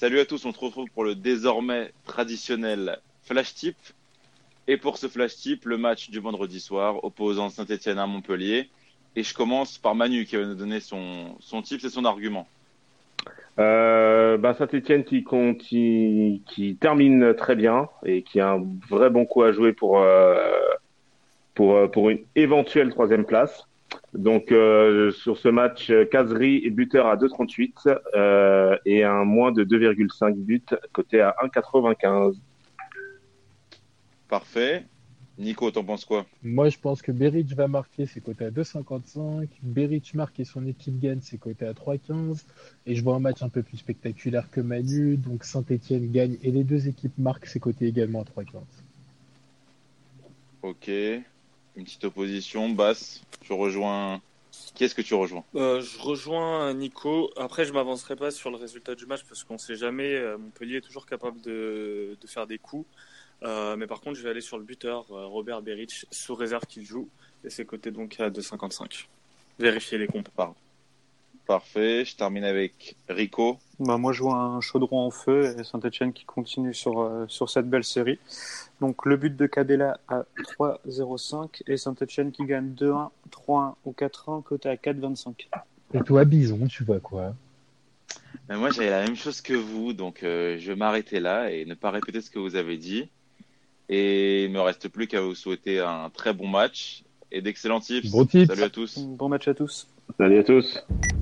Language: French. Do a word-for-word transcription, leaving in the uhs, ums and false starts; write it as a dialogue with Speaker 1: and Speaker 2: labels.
Speaker 1: Salut à tous, on se retrouve pour le désormais traditionnel Flash Tip. Et pour ce Flash Tip, le match du vendredi soir opposant Saint-Etienne à Montpellier. Et je commence par Manu qui va nous donner son, son tip et son argument.
Speaker 2: Euh, bah Saint-Étienne qui, compte- qui, qui termine très bien et qui a un vrai bon coup à jouer pour, euh, pour, euh, pour une éventuelle troisième place. Donc euh, sur ce match, Kazri est buteur à deux virgule trente-huit euh, et un moins de deux virgule cinq buts coté à un virgule quatre-vingt-quinze.
Speaker 1: Parfait. Nico, t'en penses quoi?
Speaker 3: Moi, je pense que Beric va marquer, c'est coté à deux virgule cinquante-cinq. Beric marque et son équipe gagne, c'est coté à trois virgule quinze. Et je vois un match un peu plus spectaculaire que Manu. Donc Saint-Etienne gagne et les deux équipes marquent, c'est coté également à trois virgule quinze.
Speaker 1: Ok. Une petite opposition. Basse, tu rejoins. Qui est-ce que tu rejoins?
Speaker 4: Euh, je rejoins Nico. Après, je m'avancerai pas sur le résultat du match parce qu'on sait jamais. euh, Montpellier est toujours capable de, de faire des coups. Euh, mais par contre, je vais aller sur le buteur, euh, Robert Beric, sous réserve qu'il joue. Et c'est coté donc à deux virgule cinquante-cinq. Vérifiez les comptes.
Speaker 1: Par- Parfait. Je termine avec Rico.
Speaker 5: Bah, moi, je vois un chaudron en feu et Saint-Etienne qui continue sur, euh, sur cette belle série. Donc, le but de Cadella à trois virgule zéro cinq et Saint-Etienne qui gagne deux un, trois un ou quatre un, côté à quatre virgule vingt-cinq.
Speaker 3: Et toi, Bison, tu vois quoi?
Speaker 1: Ben, moi, j'avais la même chose que vous, donc euh, je vais m'arrêter là et ne pas répéter ce que vous avez dit. Et il me reste plus qu'à vous souhaiter un très bon match et d'excellents tips.
Speaker 3: Bon tips.
Speaker 1: Salut à tous.
Speaker 5: Bon match à tous.
Speaker 2: Salut à tous.